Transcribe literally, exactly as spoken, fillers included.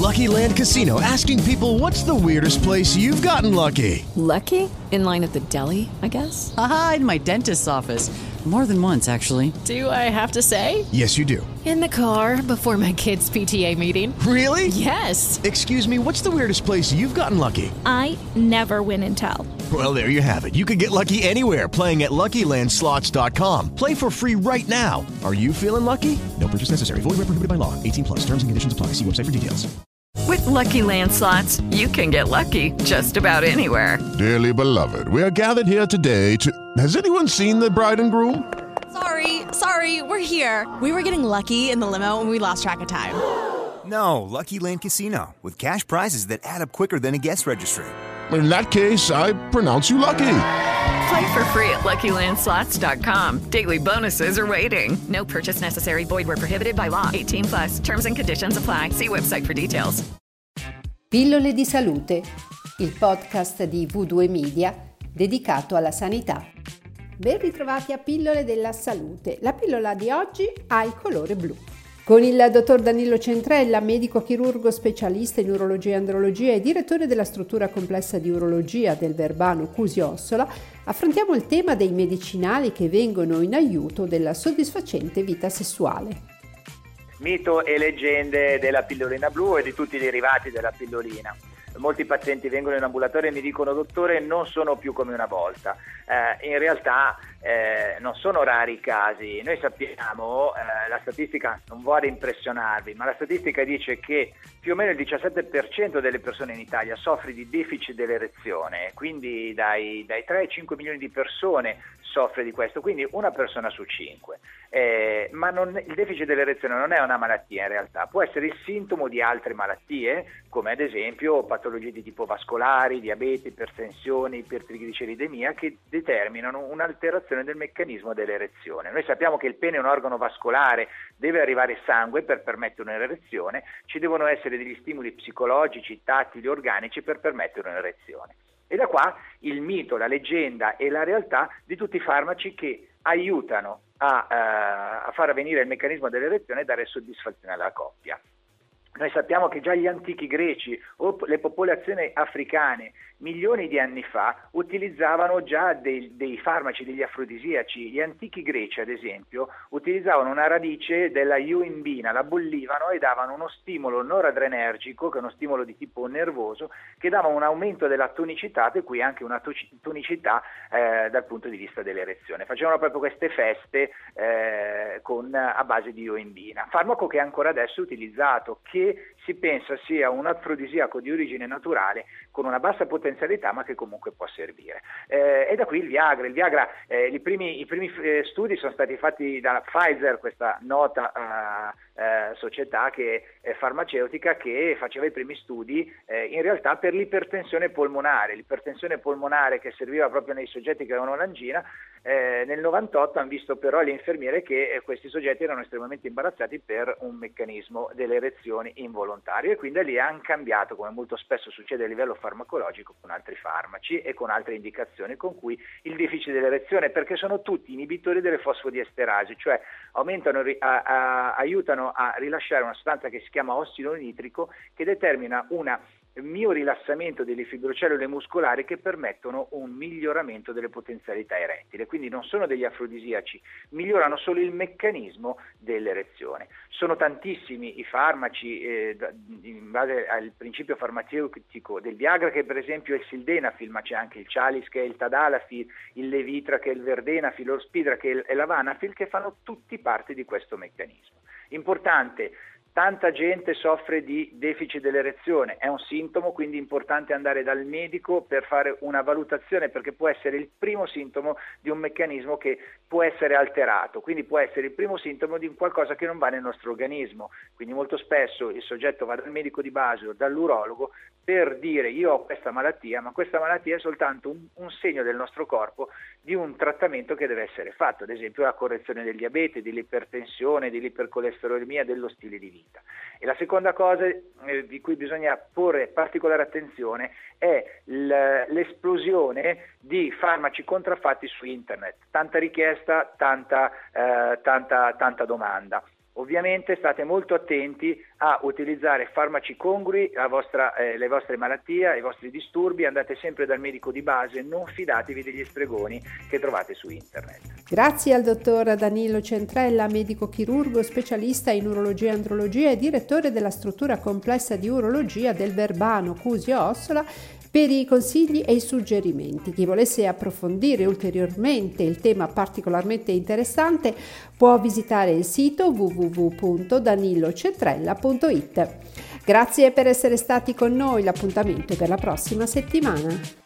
Lucky Land Casino, asking people, what's the weirdest place you've gotten lucky? Lucky? In line at the deli, I guess? Aha, in my dentist's office. More than once, actually. Do I have to say? Yes, you do. In the car before my kids' P T A meeting. Really? Yes. Excuse me, what's the weirdest place you've gotten lucky? I never win and tell. Well, there you have it. You can get lucky anywhere, playing at Lucky Land Slots dot com. Play for free right now. Are you feeling lucky? No purchase necessary. Void where prohibited by law. eighteen plus. Terms and conditions apply. See website for details. With Lucky Land Slots, you can get lucky just about anywhere. Dearly beloved, we are gathered here today to... Has anyone seen the bride and groom? Sorry, sorry, we're here. We were getting lucky in the limo and we lost track of time. No, Lucky Land Casino, with cash prizes that add up quicker than a guest registry. In that case, I pronounce you lucky. Play for free at Lucky Land Slots dot com. Daily bonuses are waiting. No purchase necessary. Void where prohibited by law. eighteen plus. Terms and conditions apply. See website for details. Pillole di salute, il podcast di vu due Media dedicato alla sanità. Ben ritrovati a Pillole della Salute. La pillola di oggi ha il colore blu. Con il dottor Danilo Centrella, medico chirurgo specialista in urologia e andrologia e direttore della struttura complessa di urologia del Verbano Cusi Ossola, affrontiamo il tema dei medicinali che vengono in aiuto della soddisfacente vita sessuale. Mito e leggende della pillolina blu e di tutti i derivati della pillolina. Molti pazienti vengono in ambulatorio e mi dicono: dottore, non sono più come una volta. Eh, in realtà eh, non sono rari i casi. Noi sappiamo, eh, la statistica non vuole impressionarvi, ma la statistica dice che più o meno il diciassette per cento delle persone in Italia soffre di deficit dell'erezione, quindi dai, dai tre ai cinque milioni di persone soffre di questo, quindi una persona su cinque. Eh, ma non, il deficit dell'erezione non è una malattia in realtà, può essere il sintomo di altre malattie, come ad esempio patologie di tipo vascolari, diabete, ipertensione, ipertrigliceridemia, che determinano un'alterazione del meccanismo dell'erezione. Noi sappiamo che il pene è un organo vascolare, deve arrivare sangue per permettere un'erezione, ci devono essere degli stimoli psicologici, tattili, organici per permettere un'erezione. E da qua il mito, la leggenda e la realtà di tutti i farmaci che aiutano a, uh, a far avvenire il meccanismo dell'erezione e dare soddisfazione alla coppia. Noi sappiamo che già gli antichi greci o le popolazioni africane milioni di anni fa utilizzavano già dei, dei farmaci, degli afrodisiaci. Gli antichi greci, ad esempio, utilizzavano una radice della ioimbina, la bollivano e davano uno stimolo noradrenergico, che è uno stimolo di tipo nervoso, che dava un aumento della tonicità, per cui anche una tonicità eh, dal punto di vista dell'erezione. Facevano proprio queste feste eh, con, a base di ioimbina, farmaco che ancora adesso è utilizzato, che si pensa sia un afrodisiaco di origine naturale con una bassa potenzialità ma che comunque può servire. Eh, e da qui il Viagra. Il Viagra eh, i primi, i primi eh, studi sono stati fatti da Pfizer, questa nota uh, uh, società che è farmaceutica, che faceva i primi studi eh, in realtà per l'ipertensione polmonare. L'ipertensione polmonare che serviva proprio nei soggetti che avevano l'angina. Eh, nel novantotto hanno visto però le infermiere che eh, questi soggetti erano estremamente imbarazzati per un meccanismo delle erezioni involontario, e quindi da lì hanno cambiato, come molto spesso succede a livello farmacologico, con altri farmaci e con altre indicazioni con cui il deficit dell'erezione, perché sono tutti inibitori delle fosfodiesterasi, cioè aumentano, a, a, aiutano a rilasciare una sostanza che si chiama ossido nitrico, che determina una mio rilassamento delle fibrocellule muscolari che permettono un miglioramento delle potenzialità erettili. Quindi non sono degli afrodisiaci, migliorano solo il meccanismo dell'erezione. Sono tantissimi i farmaci eh, in base al principio farmaceutico del Viagra, che per esempio è il sildenafil, ma c'è anche il Cialis che è il Tadalafil, il Levitra che è il Verdenafil, l'Orspidra che è l'Avanafil, che fanno tutti parte di questo meccanismo. Importante: tanta gente soffre di deficit dell'erezione, è un sintomo, quindi è importante andare dal medico per fare una valutazione, perché può essere il primo sintomo di un meccanismo che può essere alterato, quindi può essere il primo sintomo di qualcosa che non va nel nostro organismo. Quindi molto spesso il soggetto va dal medico di base o dall'urologo per dire: io ho questa malattia, ma questa malattia è soltanto un, un segno del nostro corpo di un trattamento che deve essere fatto, ad esempio la correzione del diabete, dell'ipertensione, dell'ipercolesterolemia, dello stile di vita. E la seconda cosa eh, di cui bisogna porre particolare attenzione è l'esplosione di farmaci contraffatti su internet. Tanta richiesta, tanta, eh, tanta, tanta domanda. Ovviamente state molto attenti a utilizzare farmaci congrui alla vostra, eh, le vostre malattie, ai vostri disturbi, andate sempre dal medico di base, non fidatevi degli stregoni che trovate su internet. Grazie al dottor Danilo Centrella, medico chirurgo specialista in urologia e andrologia e direttore della struttura complessa di urologia del Verbano Cusio Ossola, per i consigli e i suggerimenti. Chi volesse approfondire ulteriormente il tema particolarmente interessante può visitare il sito w w w punto danilocentrella punto it. Grazie per essere stati con noi, l'appuntamento è per la prossima settimana.